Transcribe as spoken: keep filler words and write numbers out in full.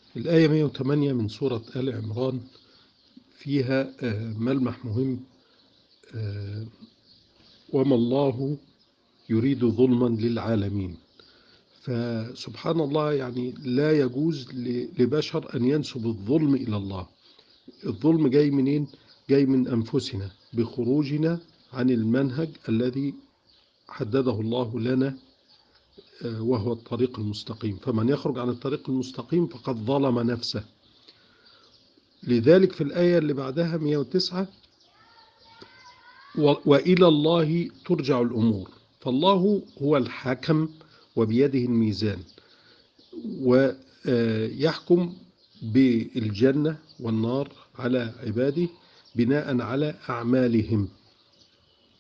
الآية مئة وثمانية من سورة آل عمران فيها ملمح مهم. وما الله يريد ظلما للعالمين. فسبحان الله، يعني لا يجوز لبشر أن ينسب الظلم إلى الله. الظلم جاي منين؟ جاي من أنفسنا بخروجنا عن المنهج الذي حدده الله لنا، وهو الطريق المستقيم. فمن يخرج عن الطريق المستقيم فقد ظلم نفسه. لذلك في الآية اللي بعدها مئة وتسعة: وإلى الله ترجع الأمور. فالله هو الحاكم وبيده الميزان، ويحكم بالجنة والنار على عباده بناء على أعمالهم.